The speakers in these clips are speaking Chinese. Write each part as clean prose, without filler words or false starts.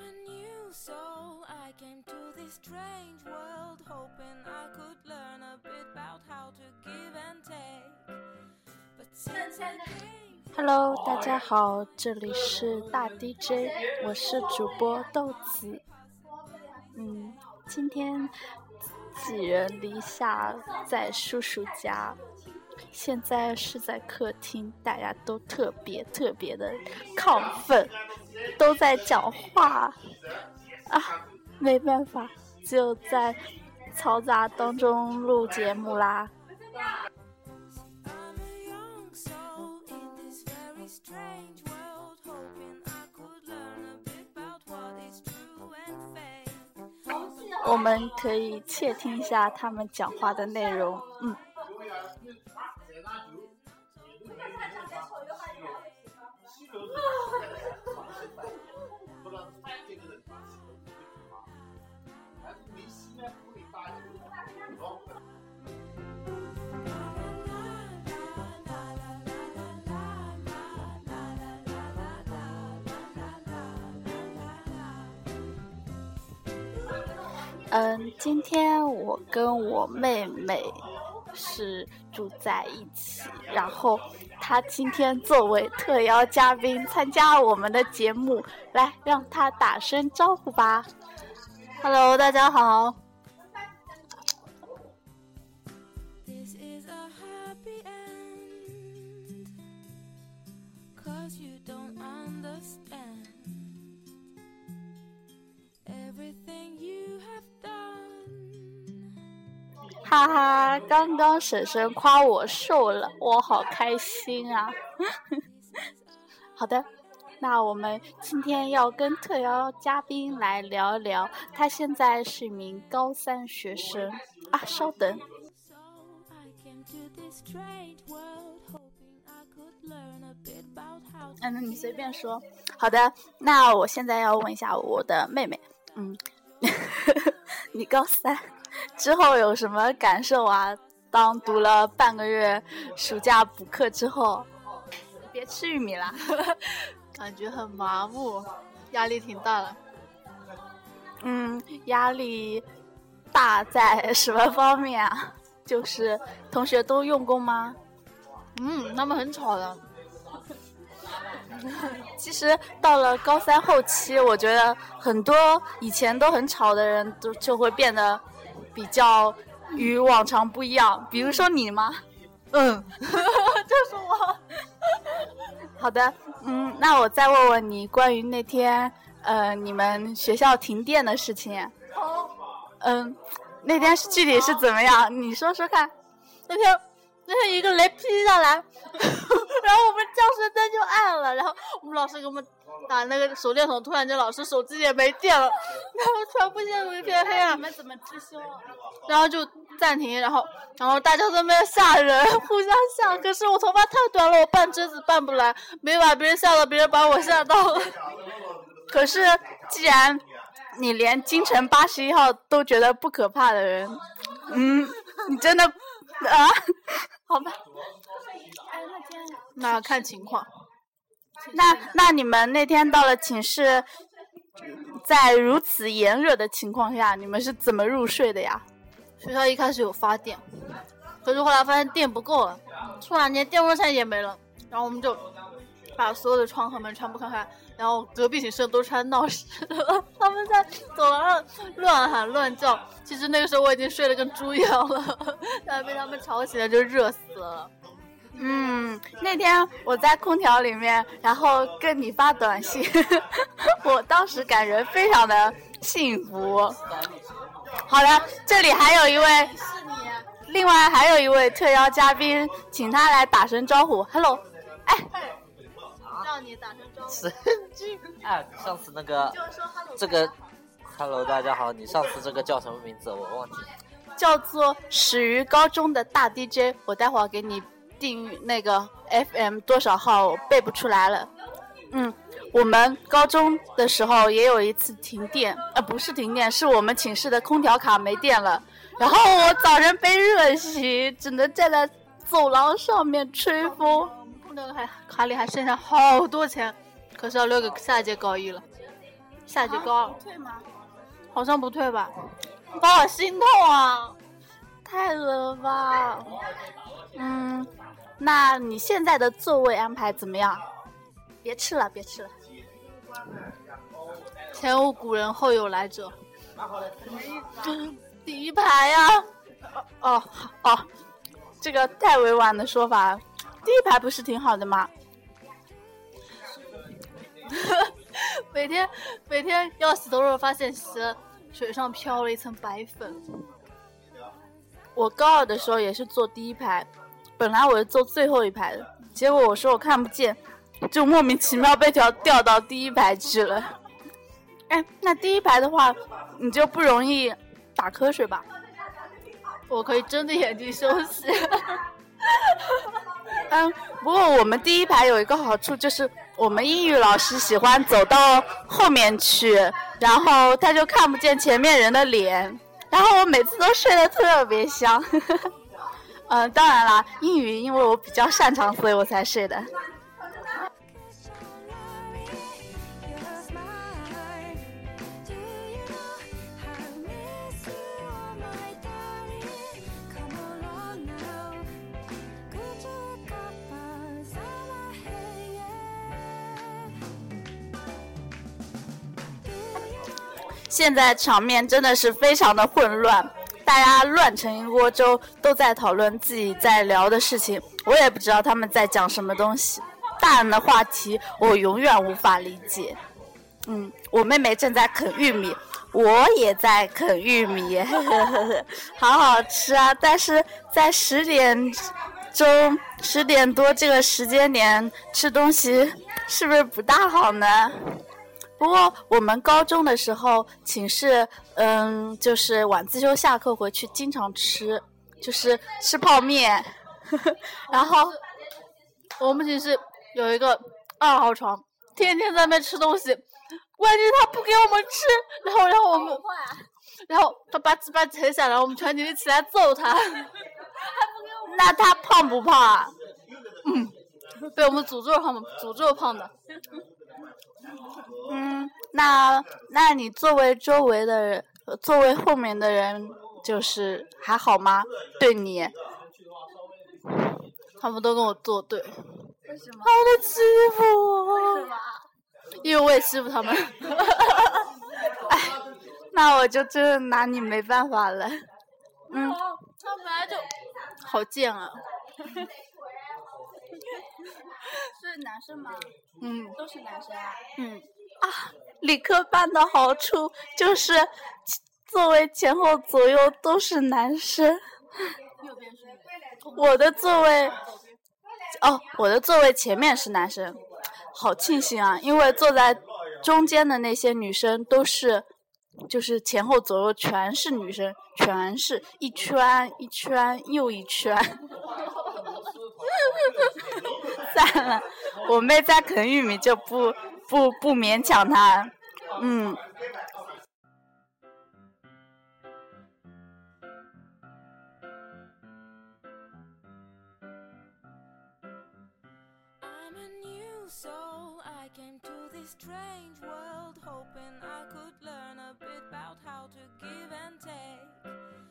Hello， 大家好，这里是大 DJ， 我是主播豆子。今天寄人篱下在叔叔家，现在是在客厅，大家都特别的亢奋，都在讲话啊，没办法，只有在嘈杂当中录节目啦。我们可以窃听一下他们讲话的内容。今天我跟我妹妹是住在一起，然后她今天作为特邀嘉宾参加我们的节目，来让她打声招呼吧。Hello， 大家好。哈哈，刚刚婶婶夸我瘦了，我好开心啊。好的，那我们今天要跟特邀嘉宾来聊一聊，他现在是一名高3学生啊，稍等。那你随便说。好的，那我现在要问一下我的妹妹，你高3之后有什么感受啊？当读了半个月暑假补课之后，别吃玉米啦。 感觉很麻木，压力挺大的。 压力大在什么方面啊？就是同学都用功吗？ 他们很吵的。 其实到了高3后期，我觉得很多以前都很吵的人就会变得比较与往常不一样。比如说你吗？就是我。好的，那我再问问你关于那天你们学校停电的事情。那天具体是怎么样？你说说看。 那天一个雷劈下来，然后我们教室灯就暗了，然后我们老师给我们打那个手电筒，突然间老师手机也没电了，然后全部陷入一片黑暗。 你们怎么知晓？ 然后就暂停，然后大家都没有吓人，互相吓。可是我头发太短了，我扮贞子扮不来，没把别人吓到，别人把我吓到了。 可是既然你连京城81号都觉得不可怕的人，你真的好吧。 那看情况。 那你们那天到了寝室，在如此炎热的情况下，你们是怎么入睡的呀？ 学校一开始有发电，可是后来发现电不够了，突然间电风扇也没了，然后我们就把所有的窗和门全部开开，然后隔壁寝室都穿闹屎了，他们在走廊上乱喊乱叫。其实那个时候我已经睡得跟猪一样了，但被他们吵起来就热死了。 那天我在空调里面，然后跟你发短信，我当时感觉非常的幸福。好的，这里还有一位，另外还有一位特邀嘉宾，请他来打声招呼。Hello， 让你打声招呼。 神经啊！上次那个这个 ，Hello， 大家好，你上次这个叫什么名字？我忘记了。 叫做始于高中的大 DJ， 我待会儿给你定那个 FM 多少号，我背不出来了。我们高中的时候也有一次停电，不是停电，是我们寝室的空调卡没电了，然后我早晨被热醒，只能站在走廊上面吹风。 那个卡里还剩下好多钱，可是要留给下一届高一了。 下级高二， 退吗？ 好像不退吧？高二心痛啊！ 太冷了吧。那你现在的座位安排怎么样？别吃了，别吃了。 前无古人后有来者。第一排呀、 哦，这个太委婉的说法了。第一排不是挺好的吗？ 每天要洗头的时候发现洗了水上飘了一层白粉。 我高二的时候也是坐第一排，本来我是坐最后一排的，结果我说我看不见，就莫名其妙被调到第一排去了。哎，那第一排的话，你就不容易打瞌睡吧？ 我可以睁着眼睛休息。 不过我们第一排有一个好处，就是我们英语老师喜欢走到后面去，然后他就看不见前面人的脸，然后我每次都睡得特别香。当然啦，英语因为我比较擅长，所以我才睡的。现在场面真的是非常的混乱，大家乱成一锅粥，都在讨论自己在聊的事情，我也不知道他们在讲什么东西。大人的话题我永远无法理解。我妹妹正在啃玉米，我也在啃玉米，好好吃啊！但是在10点多这个时间点吃东西，是不是不大好呢？不过我们高中的时候，寝室就是晚自修下课回去经常吃，就是吃泡面，然后我们寝室有一个2号床，天天在那边吃东西，关键他不给我们吃，然后我们，然后他吧唧吧唧很响，然后我们全体一起来揍他。 那他胖不胖啊？ 被我们诅咒胖的。 那你座位周围的人，座位后面的人就是还好吗？对你？ 他们都跟我作对。 为什么？他们都欺负我。为什么？ 因为我也欺负他们。 哎，那我就真的拿你没办法了。 他本来就好贱啊。 是男生吗？都是男生啊。理科班的好处就是座位前后左右都是男生。我的座位前面是男生，好庆幸啊！因为坐在中间的那些女生都是，就是前后左右全是女生，全是一圈一圈又一圈。算了，我妹在啃玉米，就不勉强她。 So I came to this strange world hoping I could learn a bit about how to give and take.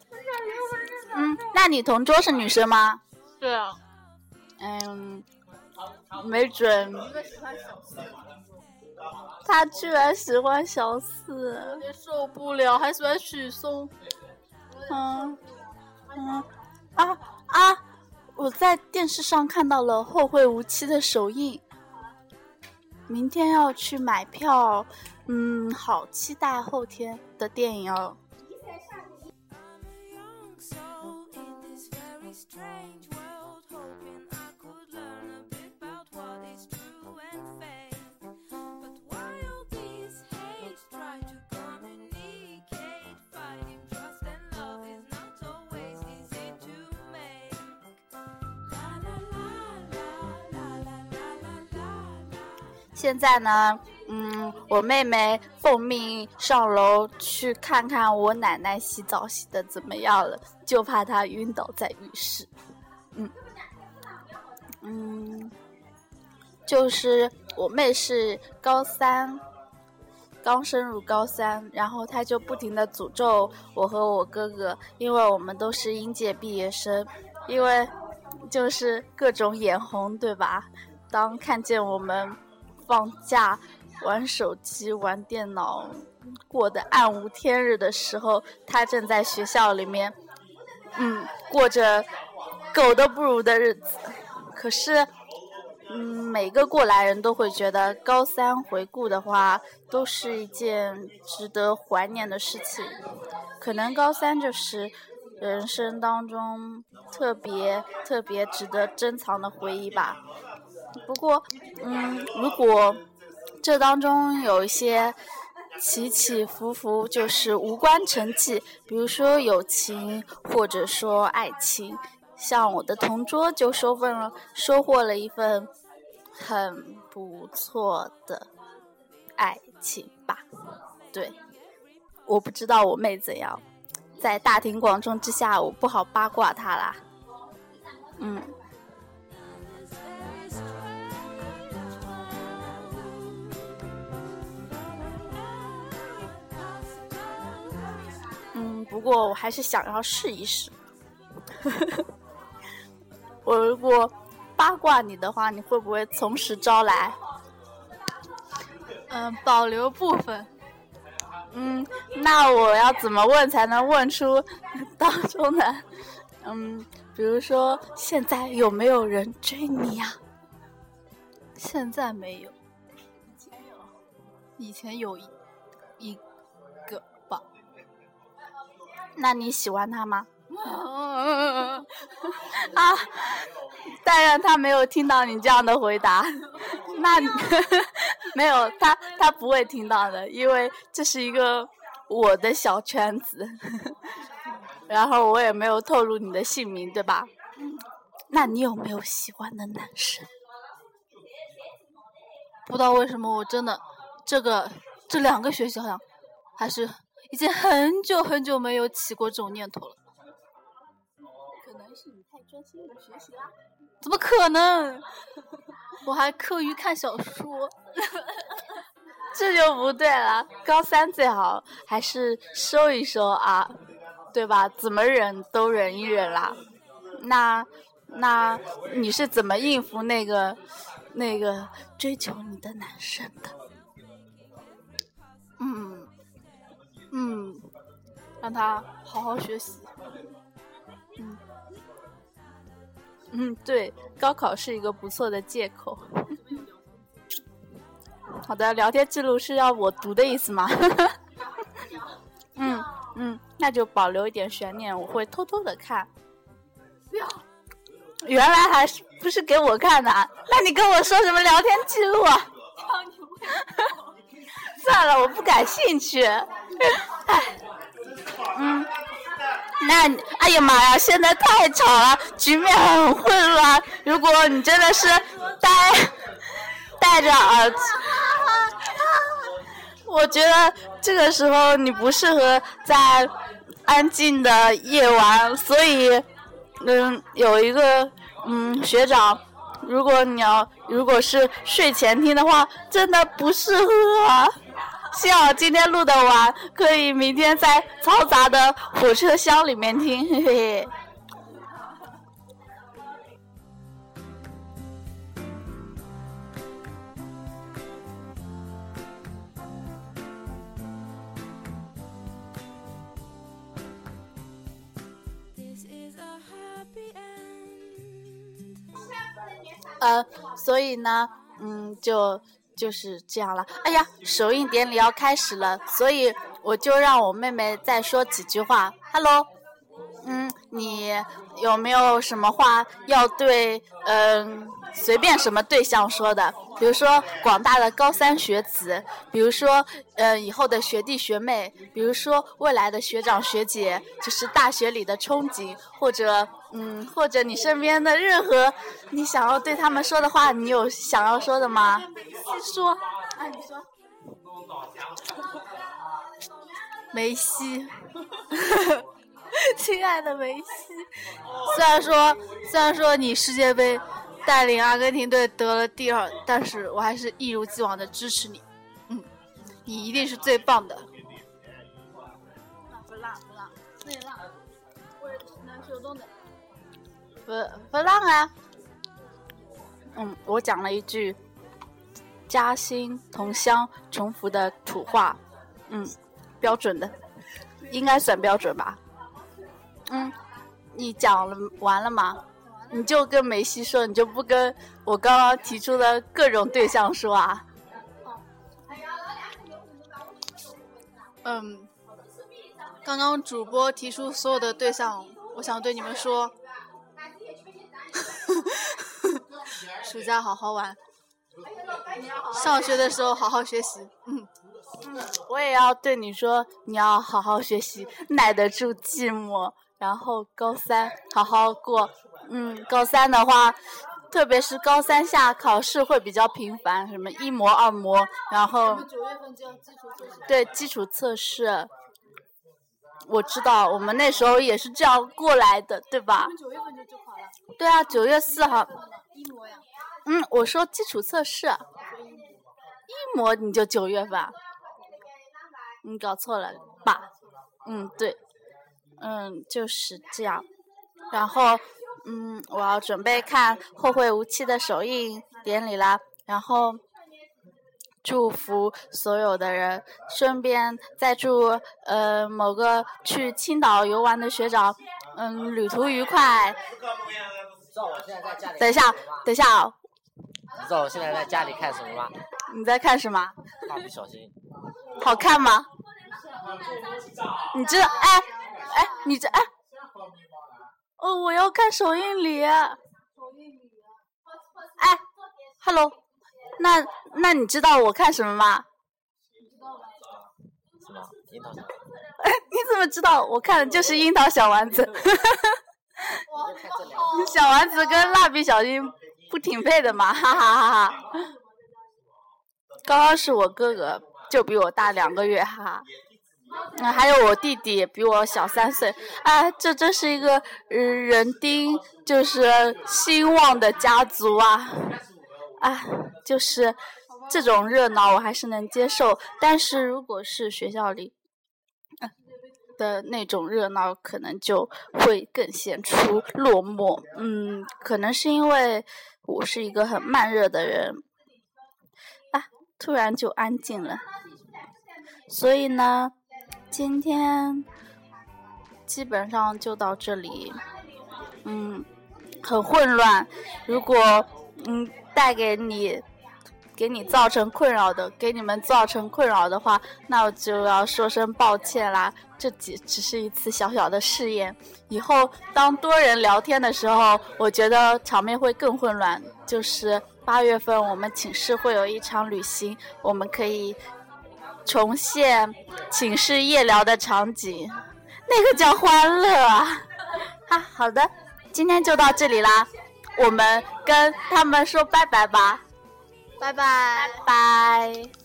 那你同桌是女生吗？ 对啊。 没准。他居然喜欢小四， 有点受不了，还喜欢许嵩。 我在电视上看到了《后会无期》的首映。明天要去买票，好期待后天的电影哦。现在呢，我妹妹奉命上楼去看看我奶奶洗澡洗的怎么样了，就怕她晕倒在浴室。就是我妹是高三刚升入高3，然后他就不停地诅咒我和我哥哥，因为我们都是应届毕业生，因为就是各种眼红，对吧？当看见我们放假玩手机玩电脑过得暗无天日的时候，他正在学校里面过着狗都不如的日子。可是每个过来人都会觉得高3回顾的话都是一件值得怀念的事情，可能高3就是人生当中特别值得珍藏的回忆吧。不过如果这当中有一些起起伏伏，就是无关成绩，比如说友情或者说爱情，像我的同桌就收获了一份很不错的爱情吧。对，我不知道我妹怎样，在大庭广众之下我不好八卦她啦。不过我还是想要试一试。我如果八卦你的话，你会不会从实招来？ 保留部分。 那我要怎么问才能问出当中的比如说现在有没有人追你啊？ 现在没有，以前有一个吧。 那你喜欢他吗？当然他没有听到你这样的回答。那你没有，他不会听到的，因为这是一个我的小圈子。然后我也没有透露你的姓名，对吧？那你有没有喜欢的男生？ 不知道为什么我真的这2个学期好像还是已经很久没有起过这种念头了。 可能是你太专心的学习啦。 怎么可能？我还课余看小说。 这就不对了，高3最好还是收一收啊，对吧？怎么忍都忍一忍啦。那你是怎么应付那个追求你的男生的？ 让他好好学习。 对，高考是一个不错的借口。好的，聊天记录是要我读的意思吗？那就保留一点悬念，我会偷偷的看。原来还是不是给我看的啊？那你跟我说什么聊天记录啊？算了，我不感兴趣。那哎呀妈呀，现在太吵了，局面很混乱。如果你真的是戴着耳机，我觉得这个时候你不适合在安静的夜晚，所以有一个学长，如果是睡前听的话，真的不适合。幸好今天录得完，可以明天在嘈杂的火车厢里面听，嘿嘿。所以呢，就是这样了。哎呀，首映典礼要开始了，所以我就让我妹妹再说几句话。Hello，你有没有什么话要对随便什么对象说的？比如说广大的高3学子，比如说以后的学弟学妹，比如说未来的学长学姐，就是大学里的憧憬，或者你身边的任何你想要对他们说的话，你有想要说的吗？说，你说。 梅西， 亲爱的梅西， 虽然说你世界杯带领阿根廷队得了第2，但是我还是一如既往的支持你。 你一定是最棒的。 不浪， 内浪，我也是能手动的。 不浪啊。我讲了一句嘉兴同乡重复的土话，标准的，应该算标准吧。你讲了完了吗？你就跟梅西说，你就不跟我刚刚提出的各种对象说啊？ 刚刚主播提出所有的对象，我想对你们说，暑假好好玩，上学的时候好好学习。 我也要对你说，你要好好学习，耐得住寂寞，然后高三好好过。高三的话，特别是高三下考试会比较频繁，什么1模2模，然后 9月份就要基础测试。 对，基础测试。我知道，我们那时候也是这样过来的，对吧 9月份就考了。 对啊，9月4号。 1模呀。 我说基础测试，1模你就9月份啊？你搞错了吧？对，就是这样。然后，我要准备看《后会无期》的首映典礼啦。然后，祝福所有的人，顺便再祝某个去青岛游玩的学长，旅途愉快。等一下， 你知道我现在在家里看什么吗？ 你在看什么？ 蜡笔小新。 好看吗？你知道？你这我要看首映礼。Hello， 那你知道我看什么吗？ 什么？樱桃小丸子。 你怎么知道？我看的就是樱桃小丸子。小丸子跟蜡笔小新不挺配的吗？哈哈哈哈。刚刚是我哥哥，就比我大2个月，哈哈。还有我弟弟比我小3岁，这真是一个人丁就是兴旺的家族啊！就是这种热闹我还是能接受，但是如果是学校里的那种热闹，可能就会更显出落寞。可能是因为我是一个很慢热的人，突然就安静了，所以呢。今天基本上就到这里，很混乱。如果给你造成困扰的，给你们造成困扰的话，那我就要说声抱歉啦。这只是一次小小的试验，以后当多人聊天的时候，我觉得场面会更混乱。就是8月份我们寝室会有一场旅行，我们可以重现寝室夜聊的场景，那个叫欢乐啊！好的，今天就到这里啦，我们跟他们说拜拜吧， 拜拜， 拜拜。